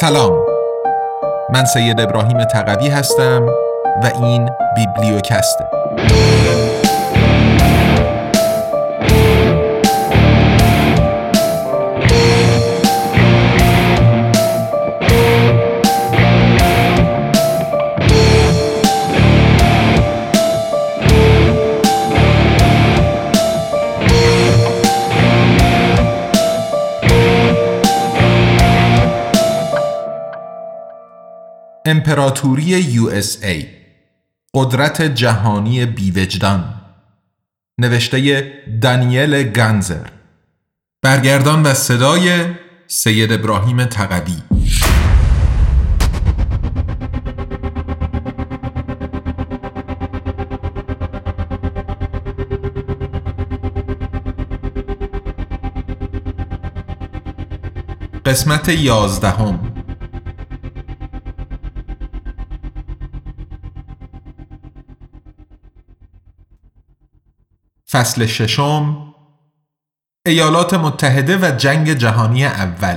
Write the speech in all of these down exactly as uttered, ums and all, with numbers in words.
سلام، من سید ابراهیم تقوی هستم و این بیبلیوکسته. امپراتوری یو اس ای، قدرت جهانی بی‌وجدان، نوشته دانیل گانزر، برگردان و صدای سید ابراهیم تقوی. قسمت یازدهم. فصل ششم، ایالات متحده و جنگ جهانی اول.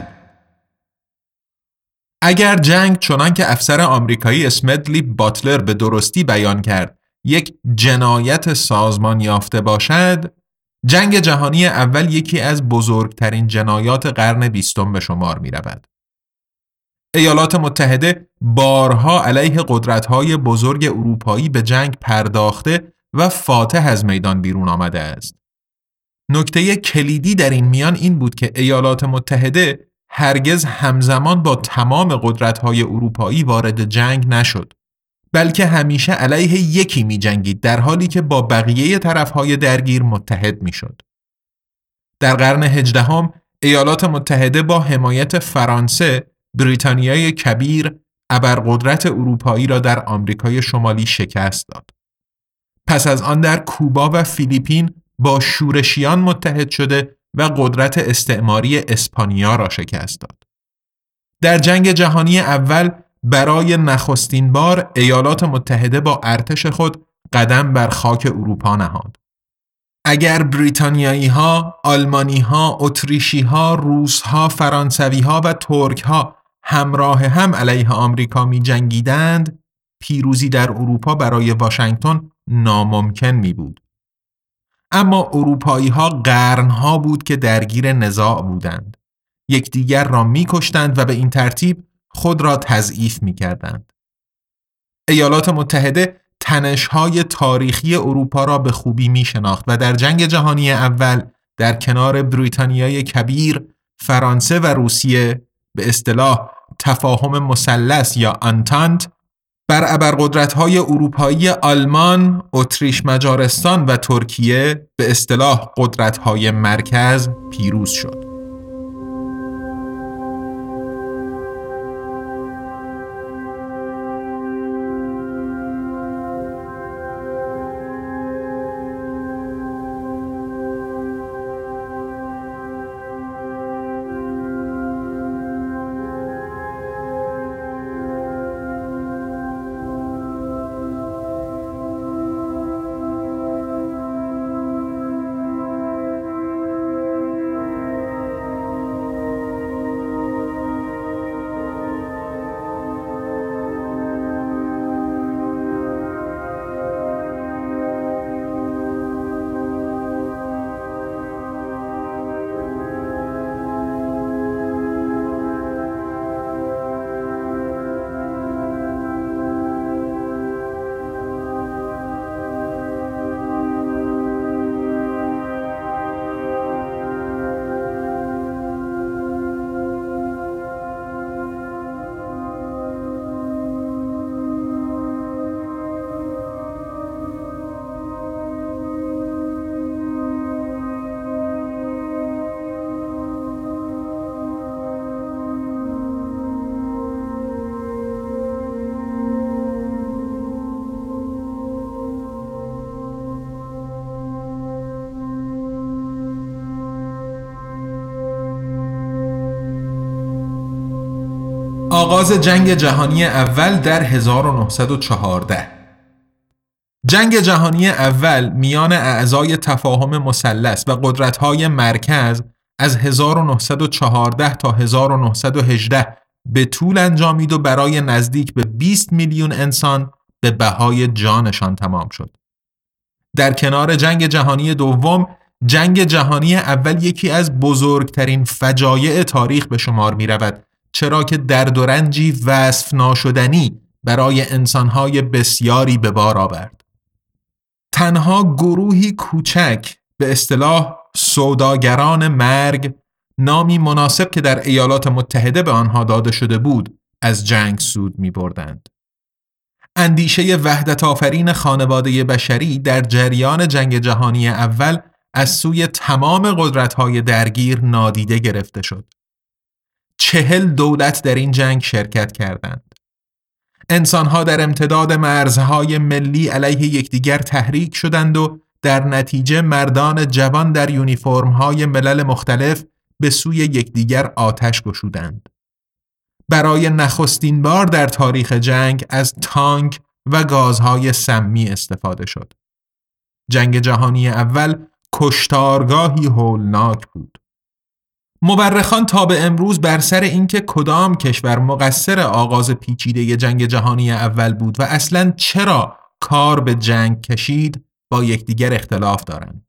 اگر جنگ چنان که افسر آمریکایی اسمدلی باتلر به درستی بیان کرد یک جنایت سازمان یافته باشد، جنگ جهانی اول یکی از بزرگترین جنایات قرن بیستم به شمار می رود. ایالات متحده بارها علیه قدرت‌های بزرگ اروپایی به جنگ پرداخته و فاتح از میدان بیرون آمده است. نکته کلیدی در این میان این بود که ایالات متحده هرگز همزمان با تمام قدرت‌های اروپایی وارد جنگ نشد، بلکه همیشه علیه یکی می جنگید، در حالی که با بقیه طرف‌های درگیر متحد می شد. در قرن هجدهم ایالات متحده با حمایت فرانسه، بریتانیای کبیر ابرقدرت اروپایی را در آمریکای شمالی شکست داد. پس از آن در کوبا و فیلیپین با شورشیان متحد شده و قدرت استعماری اسپانیا را شکست داد. در جنگ جهانی اول برای نخستین بار ایالات متحده با ارتش خود قدم بر خاک اروپا نهاد. اگر بریتانیایی ها، آلمانی ها، اتریشی ها، روس ها، فرانسوی ها و ترک ها همراه هم علیه آمریکا می جنگیدند، پیروزی در اروپا برای واشنگتن ناممکن می بود. اما اروپایی ها قرنها بود که درگیر نزاع بودند. یکدیگر را می کشتند و به این ترتیب خود را تضعیف می کردند. ایالات متحده تنش‌های تاریخی اروپا را به خوبی می شناخت و در جنگ جهانی اول در کنار بریتانیای کبیر، فرانسه و روسیه، به اصطلاح تفاهم مثلث یا آنتانت، بر ابرقدرت‌های اروپایی آلمان، اتریش مجارستان و ترکیه، به اصطلاح قدرت‌های مرکز، پیروز شد. آغاز جنگ جهانی اول در هزار و نهصد و چهارده. جنگ جهانی اول میان اعضای تفاهم مثلث و قدرت‌های مرکز از هزار و نهصد و چهارده تا هزار و نهصد و هجده به طول انجامید و برای نزدیک به بیست میلیون انسان به بهای جانشان تمام شد. در کنار جنگ جهانی دوم، جنگ جهانی اول یکی از بزرگترین فجایع تاریخ به شمار می رود، چرا که درد و رنجی وصف ناشدنی برای انسانهای بسیاری به بار آورد. تنها گروهی کوچک، به اصطلاح سوداگران مرگ، نامی مناسب که در ایالات متحده به آنها داده شده بود، از جنگ سود می بردند. اندیشه وحدت آفرین خانواده بشری در جریان جنگ جهانی اول از سوی تمام قدرت‌های درگیر نادیده گرفته شد. چهل دولت در این جنگ شرکت کردند. انسان‌ها در امتداد مرزهای ملی علیه یکدیگر تحریک شدند و در نتیجه مردان جوان در یونیفرم‌های ملل مختلف به سوی یکدیگر آتش گشودند. برای نخستین بار در تاریخ جنگ از تانک و گازهای سمی استفاده شد. جنگ جهانی اول کشتارگاهی هولناک بود. مورخان تا به امروز بر سر اینکه کدام کشور مقصر آغاز پیچیده جنگ جهانی اول بود و اصلاً چرا کار به جنگ کشید با یکدیگر اختلاف دارند.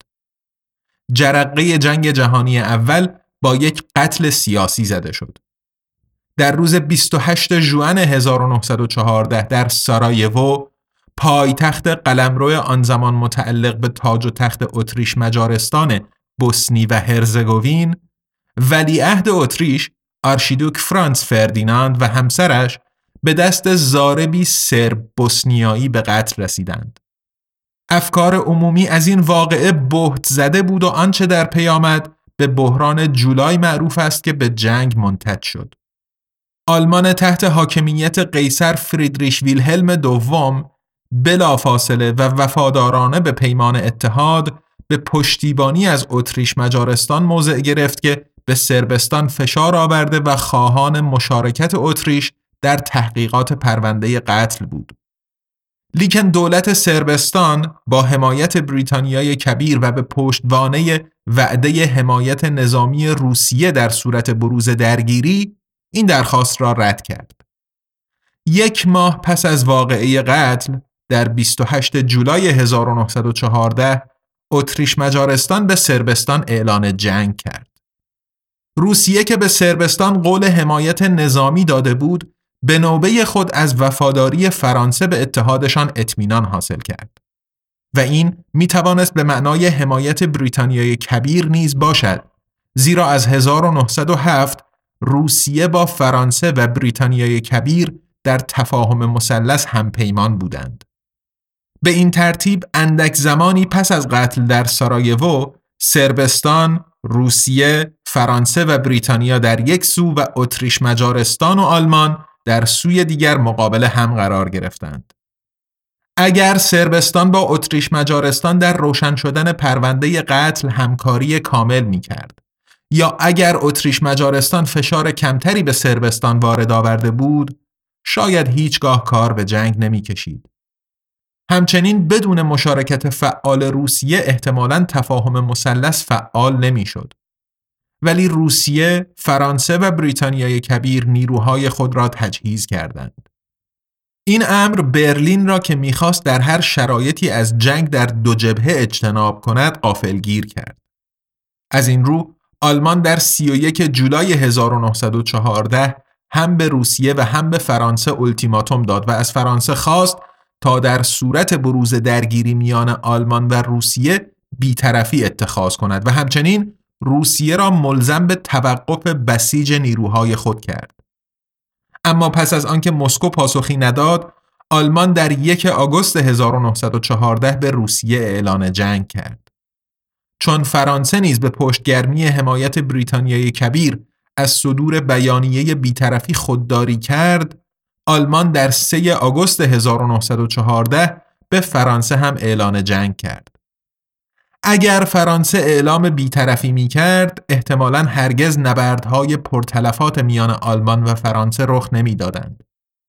جرقه جنگ جهانی اول با یک قتل سیاسی زده شد. در روز بیست و هشتم ژوئن هزار و نهصد و چهارده در سارایوو، پایتخت قلمرو آن زمان متعلق به تاج و تخت اتریش مجارستان بوسنی و هرزگوین، ولیعهد اتریش آرشیدوک فرانس فردیناند و همسرش به دست ضاربی سرب بوسنیایی به قتل رسیدند. افکار عمومی از این واقعه بهت زده بود و آنچه در پی آمد به بحران جولای معروف است که به جنگ منتج شد. آلمان تحت حاکمیت قیصر فریدریش ویلهلم دوم بلافاصله و وفادارانه به پیمان اتحاد به پشتیبانی از اتریش مجارستان موضع گرفت که به صربستان فشار آورده و خواهان مشارکت اتریش در تحقیقات پرونده قتل بود. لیکن دولت صربستان با حمایت بریتانیای کبیر و به پشتوانه وعده حمایت نظامی روسیه در صورت بروز درگیری این درخواست را رد کرد. یک ماه پس از واقعه قتل در بیست و هشتم جولای هزار و نهصد و چهارده اتریش مجارستان به صربستان اعلان جنگ کرد. روسیه که به صربستان قول حمایت نظامی داده بود، به نوبه خود از وفاداری فرانسه به اتحادشان اطمینان حاصل کرد و این می توانست به معنای حمایت بریتانیای کبیر نیز باشد، زیرا از هزار و نهصد و هفت روسیه با فرانسه و بریتانیای کبیر در تفاهم مثلث همپیمان بودند. به این ترتیب اندک زمانی پس از قتل در سارایوو، صربستان، روسیه، فرانسه و بریتانیا در یک سو و اتریش مجارستان و آلمان در سوی دیگر مقابل هم قرار گرفتند. اگر صربستان با اتریش مجارستان در روشن شدن پرونده قتل همکاری کامل می کرد یا اگر اتریش مجارستان فشار کمتری به صربستان وارد آورده بود، شاید هیچگاه کار به جنگ نمی کشید. همچنین بدون مشارکت فعال روسیه احتمالاً تفاهم مثلث فعال نمی شد. ولی روسیه، فرانسه و بریتانیای کبیر نیروهای خود را تجهیز کردند. این امر برلین را که می‌خواست در هر شرایطی از جنگ در دو جبهه اجتناب کند غافلگیر کرد. از این رو آلمان در سی و یکم جولای هزار و نهصد و چهارده هم به روسیه و هم به فرانسه اولتیماتوم داد و از فرانسه خواست تا در صورت بروز درگیری میان آلمان و روسیه بی‌طرفی اتخاذ کند و همچنین روسیه را ملزم به توقف بسیج نیروهای خود کرد. اما پس از آنکه مسکو پاسخی نداد، آلمان در یک آگوست هزار و نهصد و چهارده به روسیه اعلان جنگ کرد. چون فرانسه نیز به پشتگرمی حمایت بریتانیای کبیر از صدور بیانیه بی‌طرفی خودداری کرد، آلمان در سوم آگوست هزار و نهصد و چهارده به فرانسه هم اعلان جنگ کرد. اگر فرانسه اعلام بی‌طرفی می‌کرد، احتمالاً هرگز نبردهای پرتلفات میان آلمان و فرانسه رخ نمی‌دادند.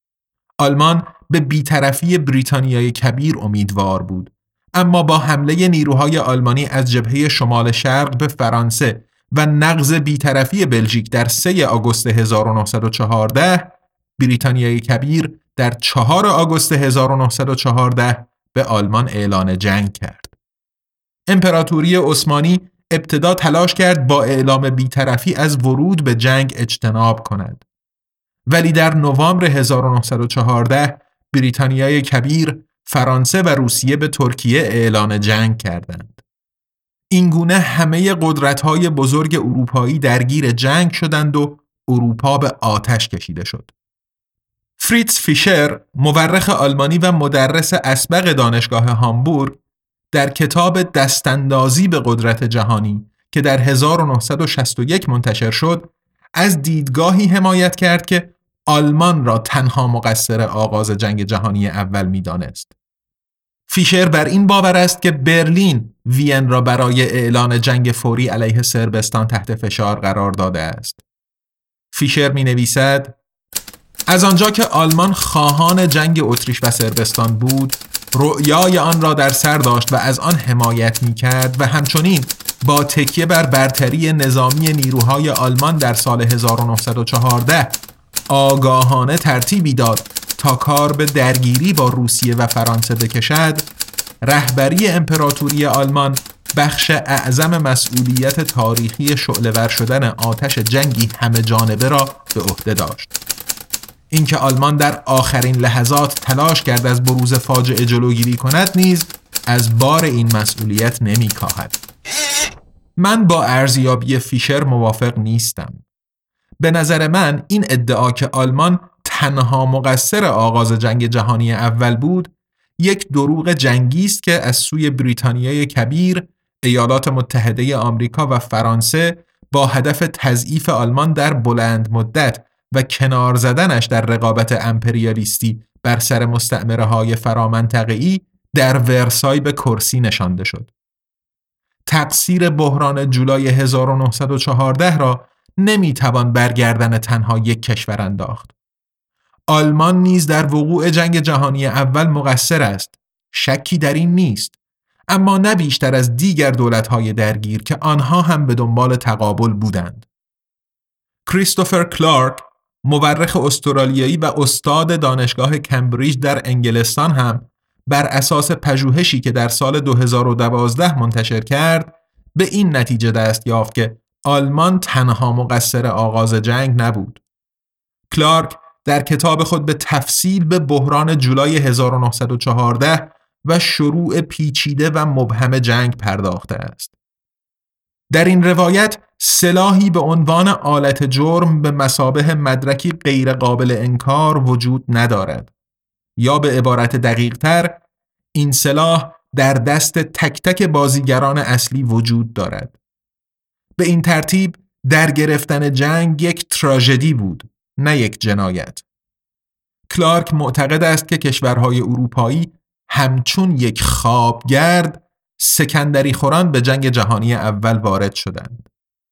آلمان به بی‌طرفی بریتانیای کبیر امیدوار بود، اما با حمله نیروهای آلمانی از جبهه شمال شرق به فرانسه و نقض بی‌طرفی بلژیک در سوم آگوست هزار و نهصد و چهارده، بریتانیای کبیر در چهارم آگوست هزار و نهصد و چهارده به آلمان اعلان جنگ کرد. امپراتوری عثمانی ابتدا تلاش کرد با اعلام بی‌طرفی از ورود به جنگ اجتناب کند. ولی در نوامبر هزار و نهصد و چهارده بریتانیای کبیر، فرانسه و روسیه به ترکیه اعلان جنگ کردند. اینگونه همه قدرت‌های بزرگ اروپایی درگیر جنگ شدند و اروپا به آتش کشیده شد. فریتز فیشر، مورخ آلمانی و مدرس اسبق دانشگاه هامبورگ، در کتاب دستاندازی به قدرت جهانی که در هزار و نهصد و شصت و یک منتشر شد، از دیدگاهی حمایت کرد که آلمان را تنها مقصر آغاز جنگ جهانی اول می‌دانست. فیشر بر این باور است که برلین وین را برای اعلان جنگ فوری علیه صربستان تحت فشار قرار داده است. فیشر می‌نویسد: از آنجا که آلمان خواهان جنگ اتریش و صربستان بود، رؤیای آن را در سر داشت و از آن حمایت می‌کرد و همچنین با تکیه بر برتری نظامی نیروهای آلمان در سال هزار و نهصد و چهارده آگاهانه ترتیبی داد تا کار به درگیری با روسیه و فرانسه بکشد، رهبری امپراتوری آلمان بخش اعظم مسئولیت تاریخی شعله‌ور شدن آتش جنگی همه جانبه را به عهده داشت. اینکه آلمان در آخرین لحظات تلاش کرد از بروز فاجعه جلوگیری کند نیز از بار این مسئولیت نمی‌کاهد. من با ارزیابی فیشر موافق نیستم. به نظر من این ادعا که آلمان تنها مقصر آغاز جنگ جهانی اول بود، یک دروغ جنگی است که از سوی بریتانیای کبیر، ایالات متحده آمریکا و فرانسه با هدف تضعیف آلمان در بلند مدت و کنار زدنش در رقابت امپریالیستی بر سر مستعمره‌های فرامنطقه‌ای در ورسای به کرسی نشانده شد. تقصیر بحران جولای هزار و نهصد و چهارده را نمیتوان برگردن تنها یک کشور انداخت. آلمان نیز در وقوع جنگ جهانی اول مقصر است. شکی در این نیست. اما نه بیشتر از دیگر دولت‌های درگیر که آنها هم به دنبال تقابل بودند. کریستوفر کلارک، مورخ استرالیایی و استاد دانشگاه کمبریج در انگلستان، هم بر اساس پژوهشی که در سال دو هزار و دوازده منتشر کرد به این نتیجه دست یافت که آلمان تنها مقصر آغاز جنگ نبود. کلارک در کتاب خود به تفصیل به بحران جولای هزار و نهصد و چهارده و شروع پیچیده و مبهم جنگ پرداخته است. در این روایت سلاحی به عنوان آلت جرم به مثابه مدرکی غیر قابل انکار وجود ندارد. یا به عبارت دقیق تر، این سلاح در دست تک تک بازیگران اصلی وجود دارد. به این ترتیب در گرفتن جنگ یک تراژدی بود، نه یک جنایت. کلارک معتقد است که کشورهای اروپایی همچون یک خوابگرد سکندری خوران به جنگ جهانی اول وارد شدند.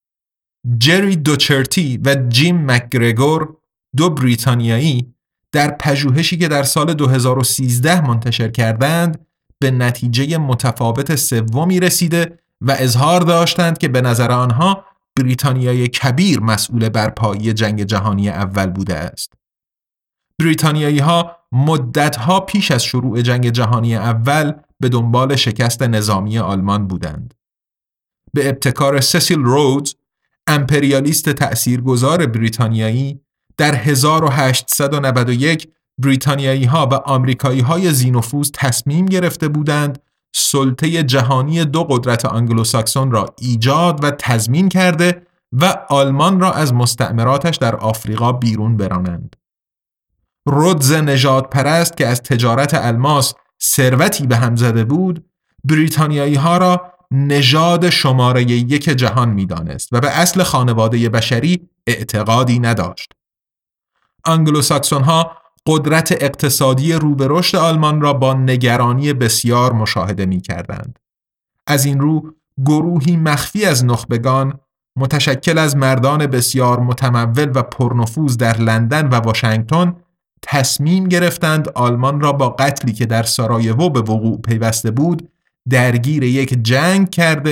جری دوچرتی و جیم مکگرگور، دو بریتانیایی، در پژوهشی که در سال دو هزار و سیزده منتشر کردند به نتیجه متفاوت سومی رسیده و اظهار داشتند که به نظر آنها بریتانیای کبیر مسئول برپایی جنگ جهانی اول بوده است. بریتانیایی ها مدتها پیش از شروع جنگ جهانی اول به دنبال شکست نظامی آلمان بودند. به ابتکار سیسیل رودز، امپریالیست تأثیرگذار بریتانیایی، در هزار و هشتصد و نود و یک بریتانیایی ها و آمریکایی های ذی‌نفوذ تصمیم گرفته بودند سلطه جهانی دو قدرت آنگلوساکسون را ایجاد و تضمین کرده و آلمان را از مستعمراتش در آفریقا بیرون برانند. رودز نژاد پرست که از تجارت الماس ثروتی به هم زده بود، بریتانیایی ها را نژاد شماره یک جهان می دانست و به اصل خانواده بشری اعتقادی نداشت. آنگلوساکسون ها قدرت اقتصادی رو به رشد آلمان را با نگرانی بسیار مشاهده می کردند. از این رو گروهی مخفی از نخبگان متشکل از مردان بسیار متمول و پرنفوذ در لندن و واشنگتن تصمیم گرفتند آلمان را با قتلی که در سارایوو به وقوع پیوسته بود درگیر یک جنگ کرده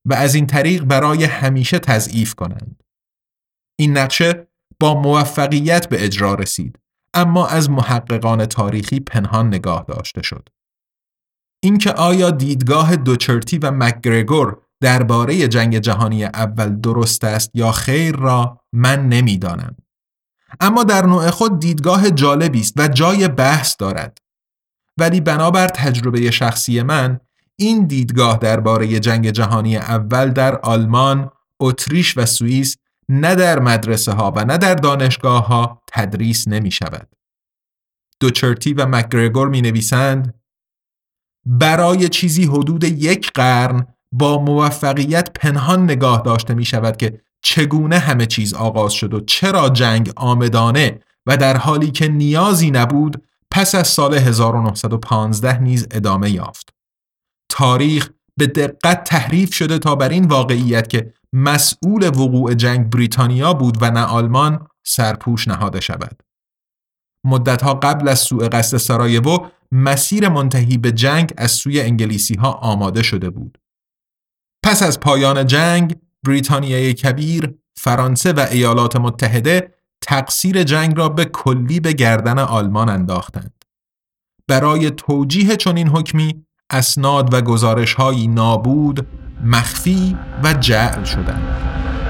و از این طریق برای همیشه تضعیف کنند. این نقشه با موفقیت به اجرا رسید، اما از محققان تاریخی پنهان نگاه داشته شد. اینکه آیا دیدگاه دوچرتی و مکگرگور درباره جنگ جهانی اول درست است یا خیر را من نمیدانم. اما در نوع خود دیدگاه جالبی است و جای بحث دارد. ولی بنابر تجربه شخصی من، این دیدگاه درباره جنگ جهانی اول در آلمان، اتریش و سوئیس نه در مدرسه ها و نه در دانشگاه ها تدریس نمی شود. دوچرتی و مکگرگور می نویسند: برای چیزی حدود یک قرن با موفقیت پنهان نگاه داشته می شود که چگونه همه چیز آغاز شد و چرا جنگ آمدانه و در حالی که نیازی نبود پس از سال هزار و نهصد و پانزده نیز ادامه یافت. تاریخ به دقت تحریف شده تا بر این واقعیت که مسئول وقوع جنگ بریتانیا بود و نه آلمان سرپوش نهاده شود. مدتها قبل از سوء قصد سارایوو مسیر منتهی به جنگ از سوی انگلیسی ها آماده شده بود. پس از پایان جنگ، بریتانیای کبیر، فرانسه و ایالات متحده تقصیر جنگ را به کلی به گردن آلمان انداختند. برای توجیه چنین حکمی، اسناد و گزارش‌هایی نابود، مخفی و جعل شدند.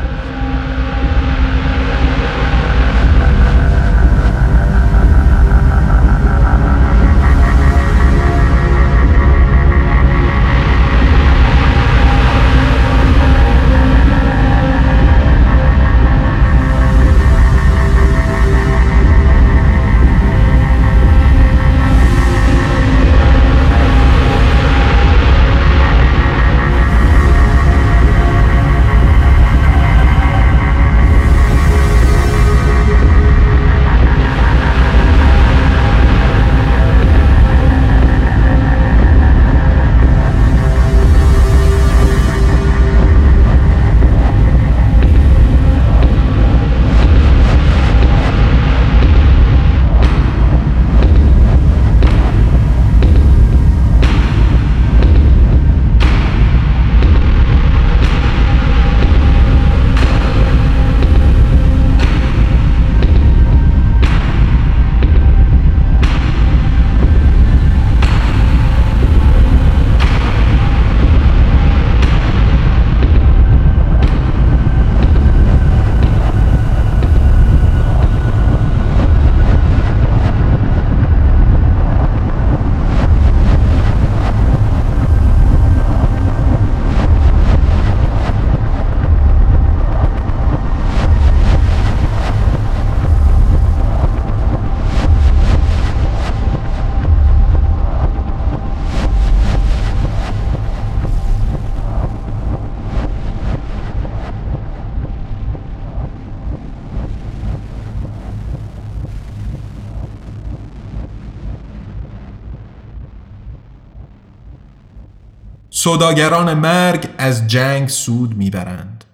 سوداگران مرگ از جنگ سود میبرند.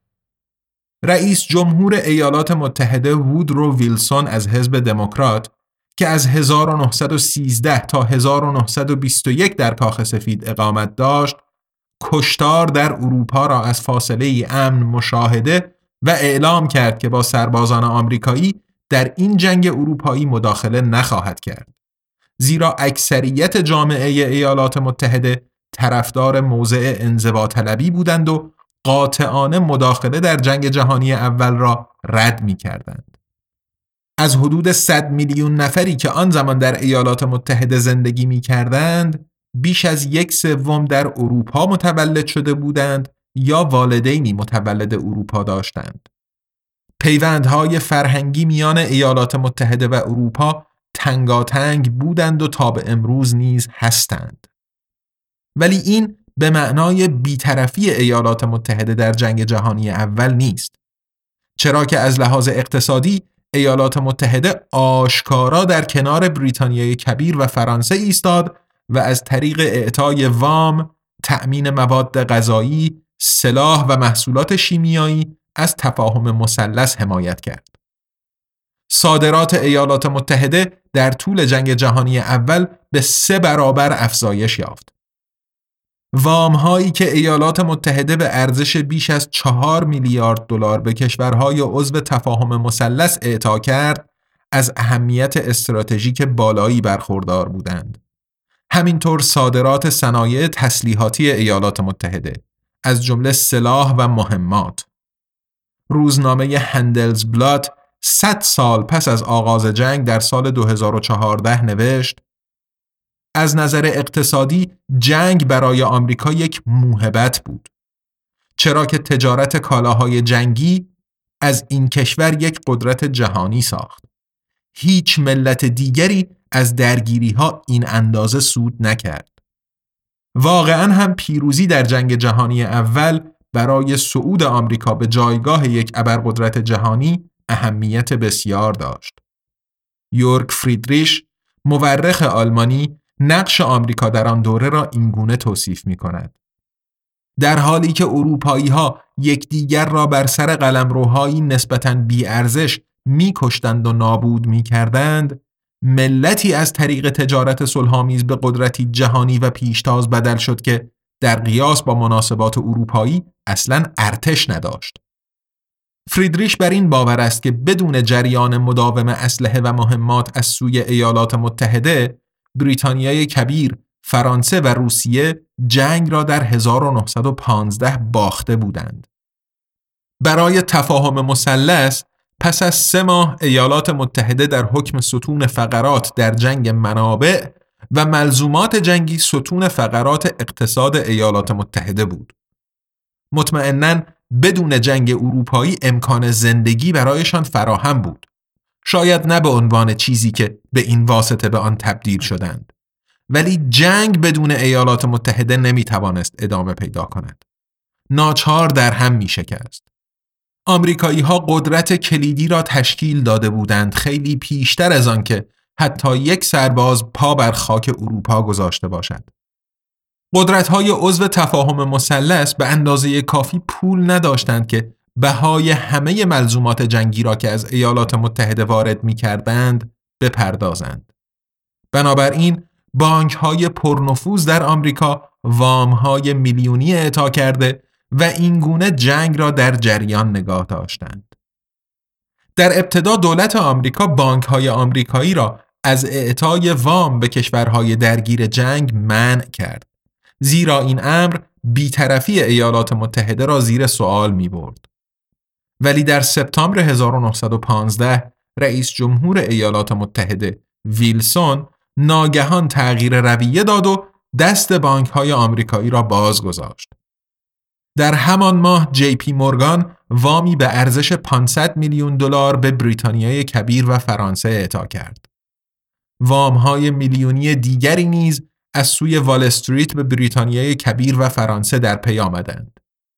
رئیس جمهور ایالات متحده وودرو ویلسون از حزب دموکرات که از هزار و نهصد و سیزده تا هزار و نهصد و بیست و یک در کاخ سفید اقامت داشت، کشتار در اروپا را از فاصله ای امن مشاهده و اعلام کرد که با سربازان آمریکایی در این جنگ اروپایی مداخله نخواهد کرد. زیرا اکثریت جامعه ایالات متحده طرفدار موضع انزواطلبی بودند و قاطعانه مداخله در جنگ جهانی اول را رد می کردند. از حدود صد میلیون نفری که آن زمان در ایالات متحده زندگی می کردند، بیش از یک سوم در اروپا متولد شده بودند یا والدینی متولد اروپا داشتند. پیوندهای فرهنگی میان ایالات متحده و اروپا تنگاتنگ بودند و تا به امروز نیز هستند. ولی این به معنای بی‌طرفی ایالات متحده در جنگ جهانی اول نیست. چرا که از لحاظ اقتصادی ایالات متحده آشکارا در کنار بریتانیای کبیر و فرانسه ایستاد و از طریق اعطای وام، تأمین مواد غذایی، سلاح و محصولات شیمیایی از تفاهم مثلث حمایت کرد. صادرات ایالات متحده در طول جنگ جهانی اول به سه برابر افزایش یافت. وام هایی که ایالات متحده به ارزش بیش از چهار میلیارد دلار به کشورهای عضو تفاهم مثلث اعطا کرد، از اهمیت استراتژیک بالایی برخوردار بودند. همینطور صادرات صنایع تسلیحاتی ایالات متحده، از جمله سلاح و مهمات. روزنامه هندلزبلات صد سال پس از آغاز جنگ در سال دو هزار و چهارده نوشت: از نظر اقتصادی جنگ برای آمریکا یک موهبت بود، چرا که تجارت کالاهای جنگی از این کشور یک قدرت جهانی ساخت. هیچ ملت دیگری از درگیری ها این اندازه سود نکرد. واقعاً هم پیروزی در جنگ جهانی اول برای صعود آمریکا به جایگاه یک ابرقدرت جهانی اهمیت بسیار داشت. یورگ فریدریش، مورخ آلمانی، نقش آمریکا در آن دوره را اینگونه توصیف می کند: در حالی که اروپایی ها یکدیگر را بر سر قلمروهایی نسبتاً بی‌ارزش می کشتند و نابود می کردند، ملتی از طریق تجارت صلح‌آمیز به قدرتی جهانی و پیشتاز بدل شد که در قیاس با مناسبات اروپایی اصلاً ارتش نداشت. فریدریش بر این باور است که بدون جریان مداوم اسلحه و مهمات از سوی ایالات متحده، بریتانیای کبیر، فرانسه و روسیه جنگ را در هزار و نهصد و پانزده باخته بودند. برای تفاهم مثلث، پس از سه ماه ایالات متحده در حکم ستون فقرات در جنگ منابع و ملزومات جنگی ستون فقرات اقتصاد ایالات متحده بود. مطمئناً بدون جنگ اروپایی امکان زندگی برایشان فراهم بود. شاید نه به عنوان چیزی که به این واسطه به آن تبدیل شدند. ولی جنگ بدون ایالات متحده نمی توانست ادامه پیدا کند. ناچار در هم می شکست. آمریکایی ها قدرت کلیدی را تشکیل داده بودند، خیلی پیشتر از آن که حتی یک سرباز پا بر خاک اروپا گذاشته باشد. قدرت‌های عضو تفاهم مثلث به اندازه کافی پول نداشتند که بهای همه ملزومات جنگی را که از ایالات متحده وارد می‌کردند بپردازند. بنابراین بانک‌های پرنفوذ در آمریکا وام‌های میلیونی اعطا کرده و اینگونه جنگ را در جریان نگاه داشتند. در ابتدا دولت آمریکا بانک‌های آمریکایی را از اعطای وام به کشورهای درگیر جنگ منع کرد، زیرا این امر بی‌طرفی ایالات متحده را زیر سوال می‌برد. ولی در سپتامبر هزار و نهصد و پانزده رئیس جمهور ایالات متحده ویلسون ناگهان تغییر رویه داد و دست بانک‌های آمریکایی را باز گذاشت. در همان ماه جی پی مورگان وامی به ارزش پانصد میلیون دلار به بریتانیای کبیر و فرانسه اعطا کرد. وام‌های میلیونی دیگری نیز از سوی وال استریت به بریتانیای کبیر و فرانسه در پی آمدند.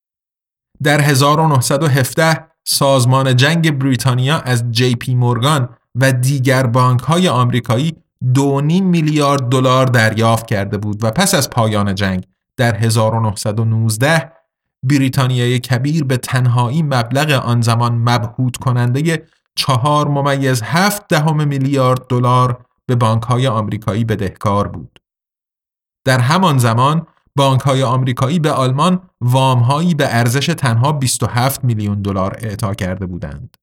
در هزار و نهصد و هفده سازمان جنگ بریتانیا از جی پی مورگان و دیگر بانک‌های آمریکایی دو و نیم میلیارد دلار دریافت کرده بود و پس از پایان جنگ در هزار و نهصد و نوزده بریتانیای کبیر به تنهایی مبلغ آن زمان مبهوت کننده چهار ممیز هفت دهم میلیارد دلار به بانک‌های آمریکایی بدهکار بود. در همان زمان بانک‌های آمریکایی به آلمان وام‌هایی به ارزش تنها بیست و هفت میلیون دلار اعطا کرده بودند.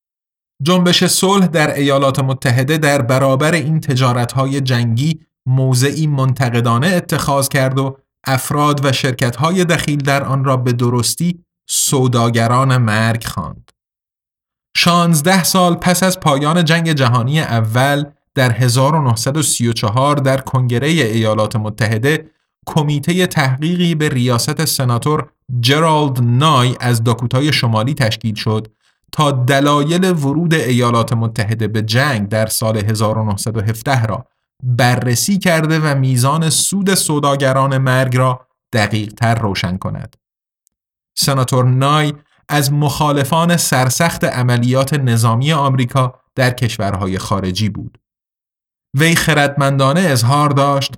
جنبش صلح در ایالات متحده در برابر این تجارت‌های جنگی موضعی منتقدانه اتخاذ کرد و افراد و شرکت‌های دخیل در آن را به درستی سوداگران مرگ خواند. شانزده سال پس از پایان جنگ جهانی اول در هزار و نهصد و سی و چهار در کنگره ایالات متحده کمیته تحقیقی به ریاست سناتور جرالد نای از داکوتای شمالی تشکیل شد تا دلایل ورود ایالات متحده به جنگ در سال هزار و نهصد و هفده را بررسی کرده و میزان سود سوداگران مرگ را دقیق تر روشن کند. سناتور نای از مخالفان سرسخت عملیات نظامی آمریکا در کشورهای خارجی بود. وی خردمندانه اظهار داشت: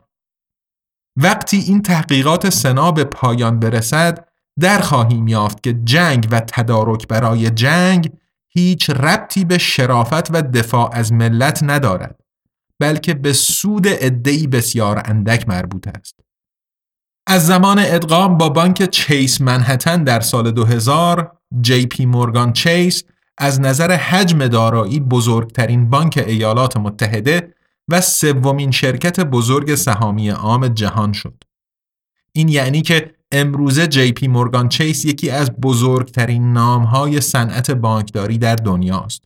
وقتی این تحقیقات سنا به پایان برسد در خواهیم یافت که جنگ و تدارک برای جنگ هیچ ربطی به شرافت و دفاع از ملت ندارد، بلکه به سود عده‌ای بسیار اندک مربوط است. از زمان ادغام با بانک چیس منهتن در سال دو هزار، جی پی مورگان چیس از نظر حجم دارایی بزرگترین بانک ایالات متحده و سومین شرکت بزرگ سهامی عام جهان شد. این یعنی که امروزه جی پی مورگان چیس یکی از بزرگترین نام‌های صنعت بانکداری در دنیاست.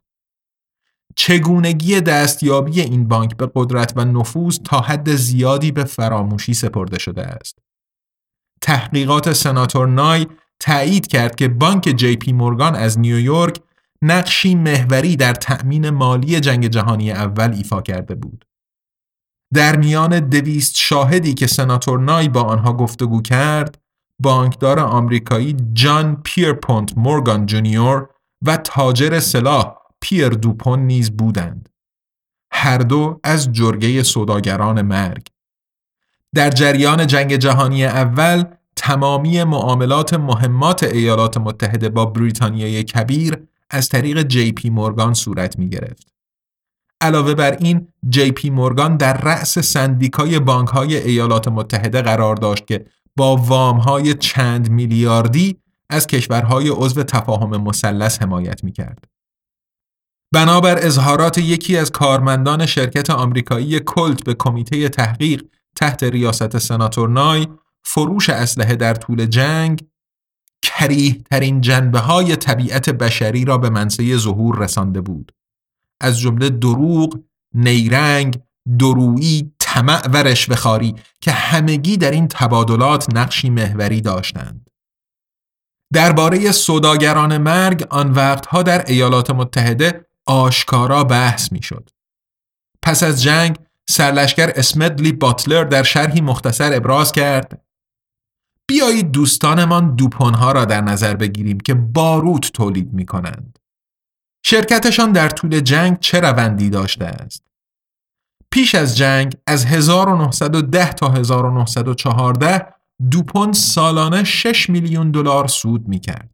چگونگی دستیابی این بانک به قدرت و نفوذ تا حد زیادی به فراموشی سپرده شده است. تحقیقات سناتور نای تایید کرد که بانک جی پی مورگان از نیویورک نقشی محوری در تأمین مالی جنگ جهانی اول ایفا کرده بود. در میان دویست شاهدی که سناتور نای با آنها گفتگو کرد، بانکدار آمریکایی جان پیرپونت مورگان جونیور و تاجر سلاح پیر دوپون نیز بودند. هر دو از جرگه سوداگران مرگ. در جریان جنگ جهانی اول تمامی معاملات مهمات ایالات متحده با بریتانیای کبیر از طریق جی پی مورگان صورت می گرفت. علاوه بر این، جی پی مورگان در رأس سندیکای بانک‌های ایالات متحده قرار داشت که با وام‌های چند میلیاردی از کشورهای عضو تفاهم مثلث حمایت می‌کرد. بنابر اظهارات یکی از کارمندان شرکت آمریکایی کولت به کمیته تحقیق تحت ریاست سناتور نای، فروش اسلحه در طول جنگ کریه‌ترین جنبه‌های طبیعت بشری را به منصه ظهور رسانده بود. از جمله دروغ، نیرنگ، درویی، طمع و رشوه‌خواری که همگی در این تبادلات نقشی محوری داشتند. درباره سوداگران مرگ آن وقتها در ایالات متحده آشکارا بحث می‌شد. پس از جنگ سرلشکر اسمدلی باتلر در شرحی مختصر ابراز کرد: بیایید دوستانمان دوپونها را در نظر بگیریم که باروت تولید می‌کنند. شرکتشان در طول جنگ چه روندی داشته است؟ پیش از جنگ از هزار و نهصد و ده تا هزار و نهصد و چهارده دوپون سالانه شش میلیون دلار سود می‌کرد.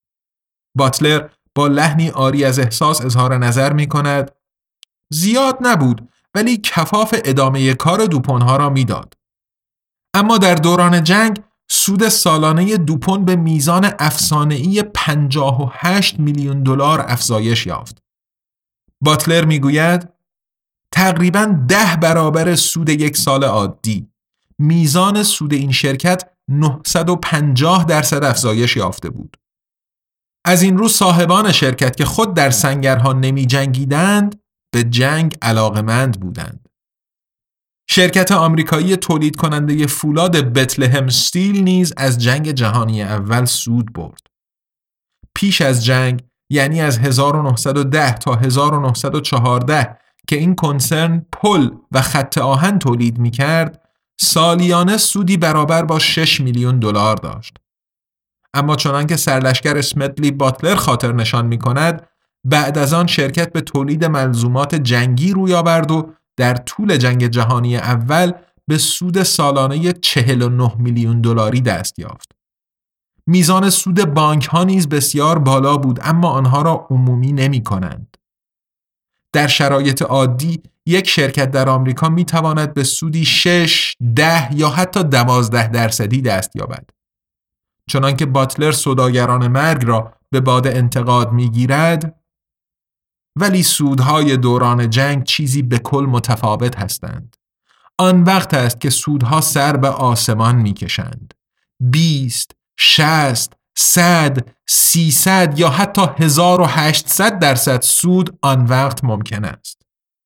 باتلر با لحنی عاری از احساس اظهار نظر می‌کند: زیاد نبود ولی کفاف ادامه کار دوپونها را می‌داد. اما در دوران جنگ سود سالانه دوپون به میزان افسانه‌ای پنجاه و هشت میلیون دلار افزایش یافت. باتلر میگوید تقریباً ده برابر سود یک سال عادی. میزان سود این شرکت نهصد و پنجاه درصد افزایش یافته بود. از این رو صاحبان شرکت که خود در سنگرها نمی جنگیدند به جنگ علاقمند بودند. شرکت آمریکایی تولید کننده فولاد بتلهم استیل نیز از جنگ جهانی اول سود برد. پیش از جنگ، یعنی از هزار و نهصد و ده تا هزار و نهصد و چهارده که این کنسرن پل و خط آهن تولید می کرد، سالیانه سودی برابر با شش میلیون دلار داشت. اما چنان که سرلشکر اسمدلی باتلر خاطر نشان می کند، بعد از آن شرکت به تولید ملزومات جنگی روی آورد و در طول جنگ جهانی اول به سود سالانه چهل و نه میلیون دلاری دست یافت. میزان سود بانک ها نیز بسیار بالا بود، اما آنها را عمومی نمی کنند. در شرایط عادی یک شرکت در آمریکا می تواند به سودی شش، ده یا حتی دوازده درصدی دست یابد. چنانکه باتلر سوداگران مرگ را به باد انتقاد می گیرد، ولی سودهای دوران جنگ چیزی به کل متفاوت هستند. آن وقت است که سودها سر به آسمان می کشند. بیست، شصت، صد، سیصد یا حتی هزار و هشتصد درصد سود آن وقت ممکن است.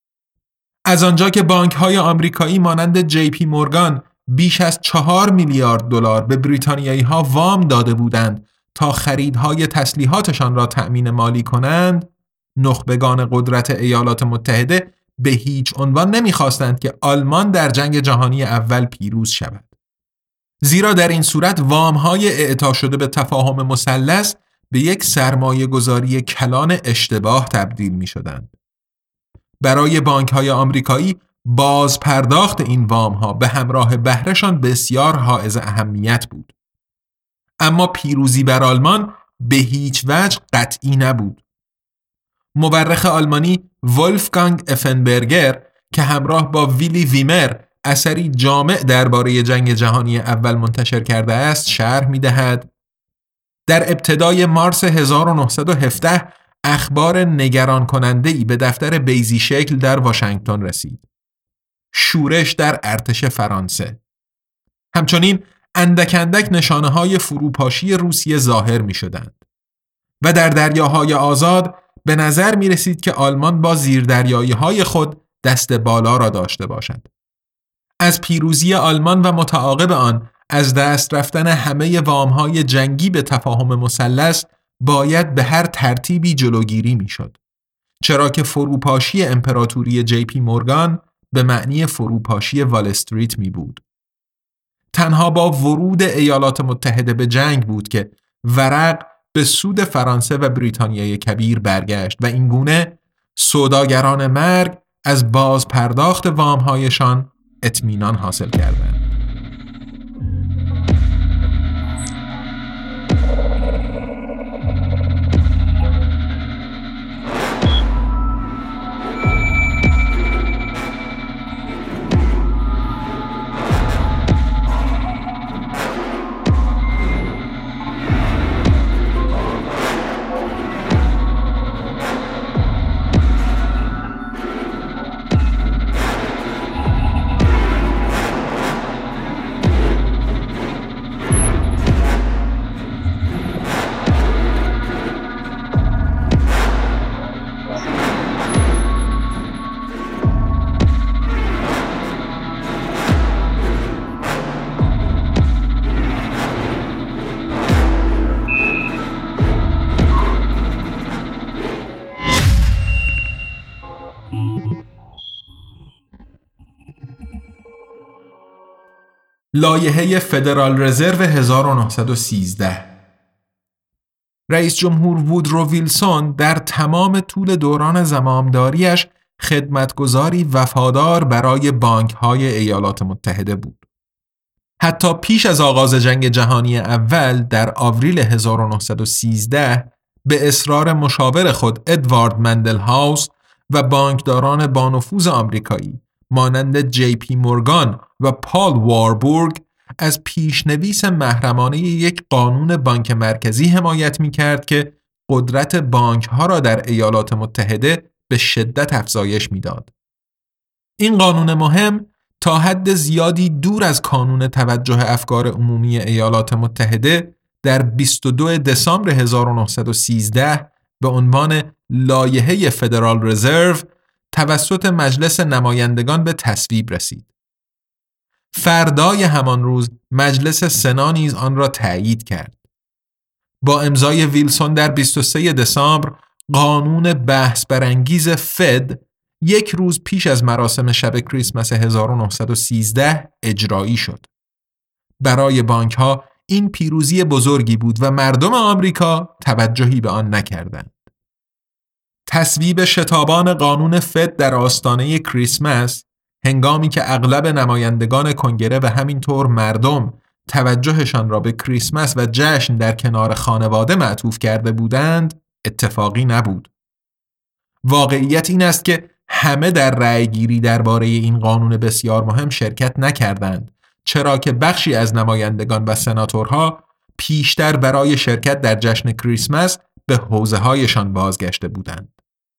از آنجا که بانک‌های آمریکایی مانند جی پی مورگان بیش از چهار میلیارد دلار به بریتانیایی‌ها وام داده بودند تا خریدهای تسلیحاتشان را تأمین مالی کنند، نخبگان قدرت ایالات متحده به هیچ عنوان نمی‌خواستند که آلمان در جنگ جهانی اول پیروز شود. زیرا در این صورت وام‌های اعطا شده به تفاهم مثلث به یک سرمایه گذاری کلان اشتباه تبدیل می‌شدند. برای بانک‌های آمریکایی باز پرداخت این وام‌ها به همراه بهره‌شان بسیار حائز اهمیت بود. اما پیروزی بر آلمان به هیچ وجه قطعی نبود. مورخ آلمانی ولفگانگ افنبرگر که همراه با ویلی ویمر اثری جامع درباره جنگ جهانی اول منتشر کرده است شرح می‌دهد: در ابتدای مارس هزار و نهصد و هفده اخبار نگران کننده‌ای به دفتر بیضی شکل در واشنگتن رسید. شورش در ارتش فرانسه. همچنین اندک اندک نشانه‌های فروپاشی روسیه ظاهر می‌شدند و در دریاهای آزاد به نظر می‌رسید که آلمان با زیردریایی‌های خود دست بالا را داشته باشد. از پیروزی آلمان و متعاقب آن از دست رفتن همه وام‌های جنگی به تفاهم مثلث باید به هر ترتیبی جلوگیری می‌شد، چرا که فروپاشی امپراتوری جی پی مورگان به معنی فروپاشی وال استریت می بود. تنها با ورود ایالات متحده به جنگ بود که ورق به سود فرانسه و بریتانیای کبیر برگشت و این گونه سوداگران مرگ از باز پرداخت وام‌هایشان اطمینان حاصل کردند. لایحه فدرال رزرو هزار و نهصد و سیزده. رئیس جمهور وودرو ویلسون در تمام طول دوران زمامداریش خدمتگزاری وفادار برای بانک‌های ایالات متحده بود. حتی پیش از آغاز جنگ جهانی اول در آوریل هزار و نهصد و سیزده به اصرار مشاور خود ادوارد مندلهاوس و بانکداران بانفوذ آمریکایی مانند جی پی مورگان و پال واربورگ از پیشنویس محرمانه یک قانون بانک مرکزی حمایت می کرد که قدرت بانک ها را در ایالات متحده به شدت افزایش می داد. این قانون مهم تا حد زیادی دور از کانون توجه افکار عمومی ایالات متحده در بیست و دو دسامبر هزار و نهصد و سیزده به عنوان لایحه فدرال رزرو توسط مجلس نمایندگان به تصویب رسید. فردای همان روز مجلس سنا نیز آن را تأیید کرد. با امضای ویلسون در بیست و سه دسامبر قانون بحث برانگیز فد یک روز پیش از مراسم شب کریسمس هزار و نهصد و سیزده اجرایی شد. برای بانک‌ها این پیروزی بزرگی بود و مردم آمریکا توجهی به آن نکردند. تصویب شتابان قانون فد در آستانه کریسمس، هنگامی که اغلب نمایندگان کنگره و همینطور مردم توجهشان را به کریسمس و جشن در کنار خانواده معطوف کرده بودند، اتفاقی نبود. واقعیت این است که همه در رأیگیری درباره این قانون بسیار مهم شرکت نکردند، چرا که بخشی از نمایندگان و سناتورها پیشتر برای شرکت در جشن کریسمس به حوزه‌هایشان بازگشته بودند.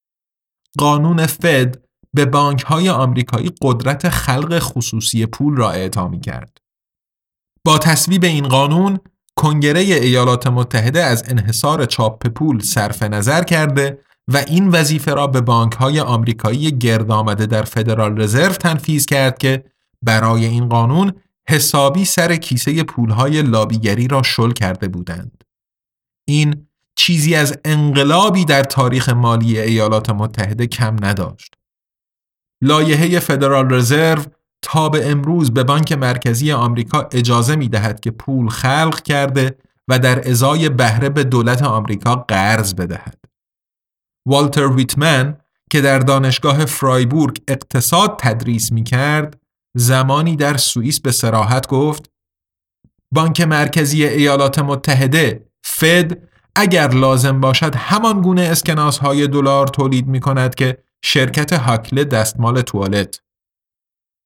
قانون فد به بانک‌های آمریکایی قدرت خلق خصوصی پول را اعطا می‌کرد. با تصویب این قانون، کنگره ایالات متحده از انحصار چاپ پول صرف نظر کرده و این وظیفه را به بانک‌های آمریکایی گرد آمده در فدرال رزرو تنفیذ کرد که برای این قانون حسابی سر کیسه پول‌های لابیگری را شل کرده بودند. این چیزی از انقلابی در تاریخ مالی ایالات متحده کم نداشت. لایحه فدرال رزرو تا به امروز به بانک مرکزی آمریکا اجازه می دهد که پول خلق کرده و در ازای بهره به دولت آمریکا قرض بدهد. والتر ویتمن که در دانشگاه فرایبورگ اقتصاد تدریس می کرد، زمانی در سوئیس به صراحت گفت: بانک مرکزی ایالات متحده فد اگر لازم باشد همان گونه اسکناس های دلار تولید می کند که شرکت هاکله دستمال توالت.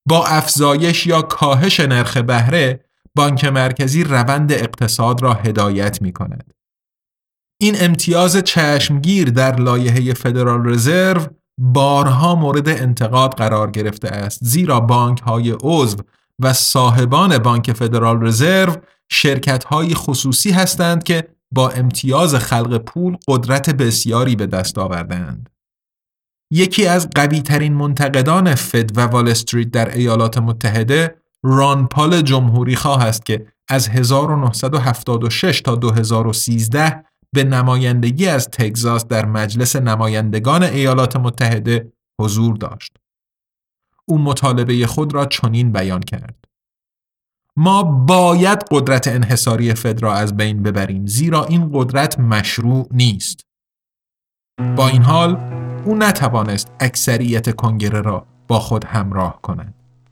با افزایش یا کاهش نرخ بهره، بانک مرکزی روند اقتصاد را هدایت می کند. این امتیاز چشمگیر در لایحه فدرال رزرو بارها مورد انتقاد قرار گرفته است، زیرا بانک‌های عضو و صاحبان بانک فدرال رزرو شرکت‌های خصوصی هستند که با امتیاز خلق پول قدرت بسیاری به دست آوردند. یکی از قوی‌ترین منتقدان فد و وال استریت در ایالات متحده ران پال جمهوریخواه است که از هزار و نهصد و هفتاد و شش تا دو هزار و سیزده به نمایندگی از تگزاس در مجلس نمایندگان ایالات متحده حضور داشت. او مطالبه خود را چنین بیان کرد: ما باید قدرت انحصاری فد را از بین ببریم، زیرا این قدرت مشروع نیست. با این حال او نتوانست اکثریت کنگره را با خود همراه کند.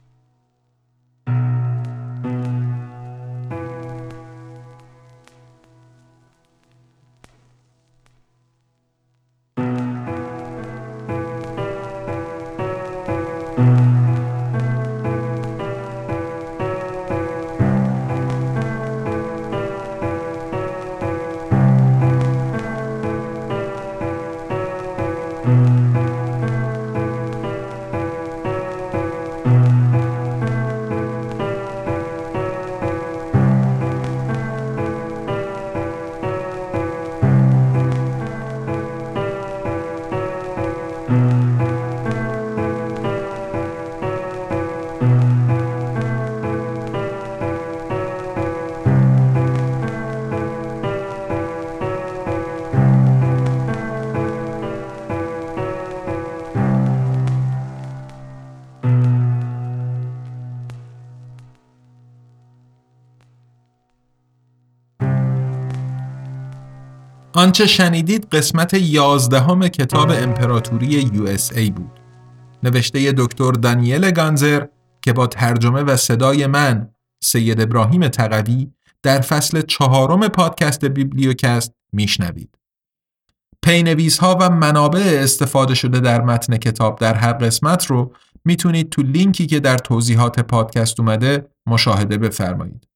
آنچه شنیدید قسمت یازدهم کتاب امپراتوری یو اس ای بود، نوشته دکتر دانیل گانزر که با ترجمه و صدای من سید ابراهیم تقوی در فصل چهارم پادکست بیبلیوکست میشنوید. پینویس ها و منابع استفاده شده در متن کتاب در هر قسمت رو میتونید تو لینکی که در توضیحات پادکست اومده مشاهده بفرمایید.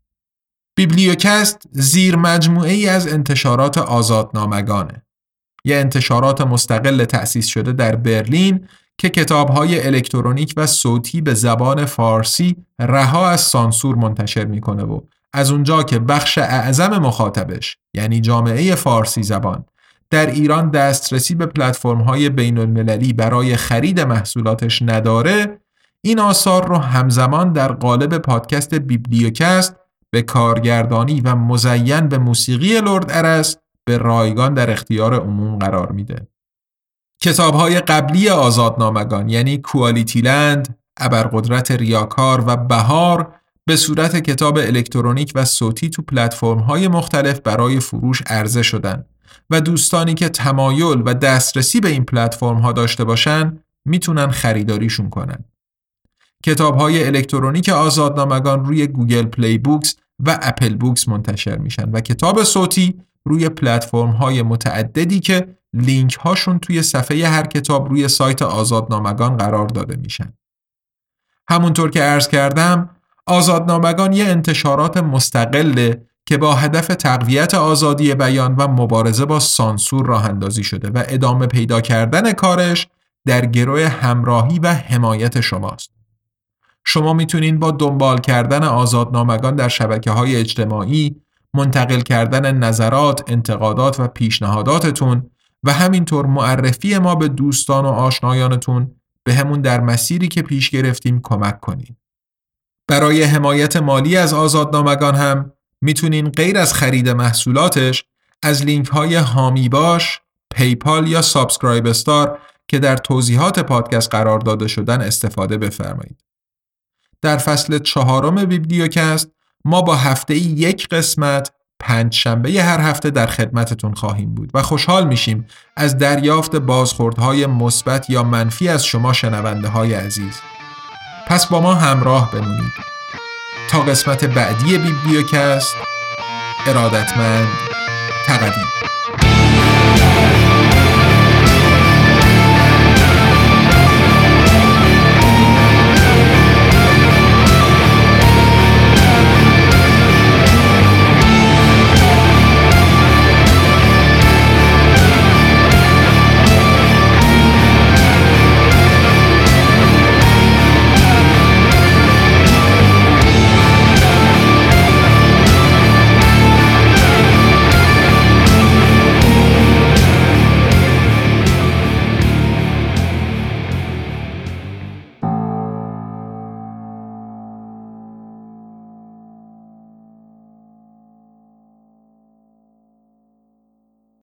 بیبلیوکست زیر مجموعه ای از انتشارات آزادنامگانه. یه انتشارات مستقل تأسیس شده در برلین که کتاب‌های الکترونیک و صوتی به زبان فارسی رها از سانسور منتشر میکنه و از اونجا که بخش اعظم مخاطبش یعنی جامعه فارسی زبان در ایران دسترسی به پلتفرم‌های بین‌المللی برای خرید محصولاتش نداره، این آثار رو همزمان در قالب پادکست بیبلیوکست به کارگردانی و مزین به موسیقی لرد ارس به رایگان در اختیار عموم قرار میده. کتاب‌های قبلی آزادنامگان یعنی کوالیتی لند، ابرقدرت ریاکار و بهار به صورت کتاب الکترونیک و صوتی تو پلتفرم‌های مختلف برای فروش عرضه شدن و دوستانی که تمایل و دسترسی به این پلتفرم‌ها داشته باشن میتونن خریداریشون کنن. کتاب‌های الکترونیک آزادنامگان روی گوگل پلی بوکس و اپل بوکس منتشر میشن و کتاب صوتی روی پلتفرم‌های متعددی که لینک هاشون توی صفحه هر کتاب روی سایت آزادنامگان قرار داده میشن. همونطور که عرض کردم، آزادنامگان یه انتشارات مستقله که با هدف تقویت آزادی بیان و مبارزه با سانسور راه اندازی شده و ادامه پیدا کردن کارش در گروه همراهی و حمایت شماست. شما میتونین با دنبال کردن آزادنامگان در شبکه‌های اجتماعی، منتقل کردن نظرات، انتقادات و پیشنهاداتتون و همینطور معرفی ما به دوستان و آشنایانتون به همون در مسیری که پیش گرفتیم کمک کنین. برای حمایت مالی از آزادنامگان هم میتونین غیر از خرید محصولاتش از لینک های هامی باش، پیپال یا سابسکرایب استار که در توضیحات پادکست قرار داده شدن استفاده بفرمایید. در فصل چهارم بیبلیوکست ما با هفته یک قسمت پنج شنبه هر هفته در خدمتتون خواهیم بود و خوشحال میشیم از دریافت بازخوردهای مثبت یا منفی از شما شنونده های عزیز. پس با ما همراه بمونید. تا قسمت بعدی بیبلیوکست، ارادتمند تقوی.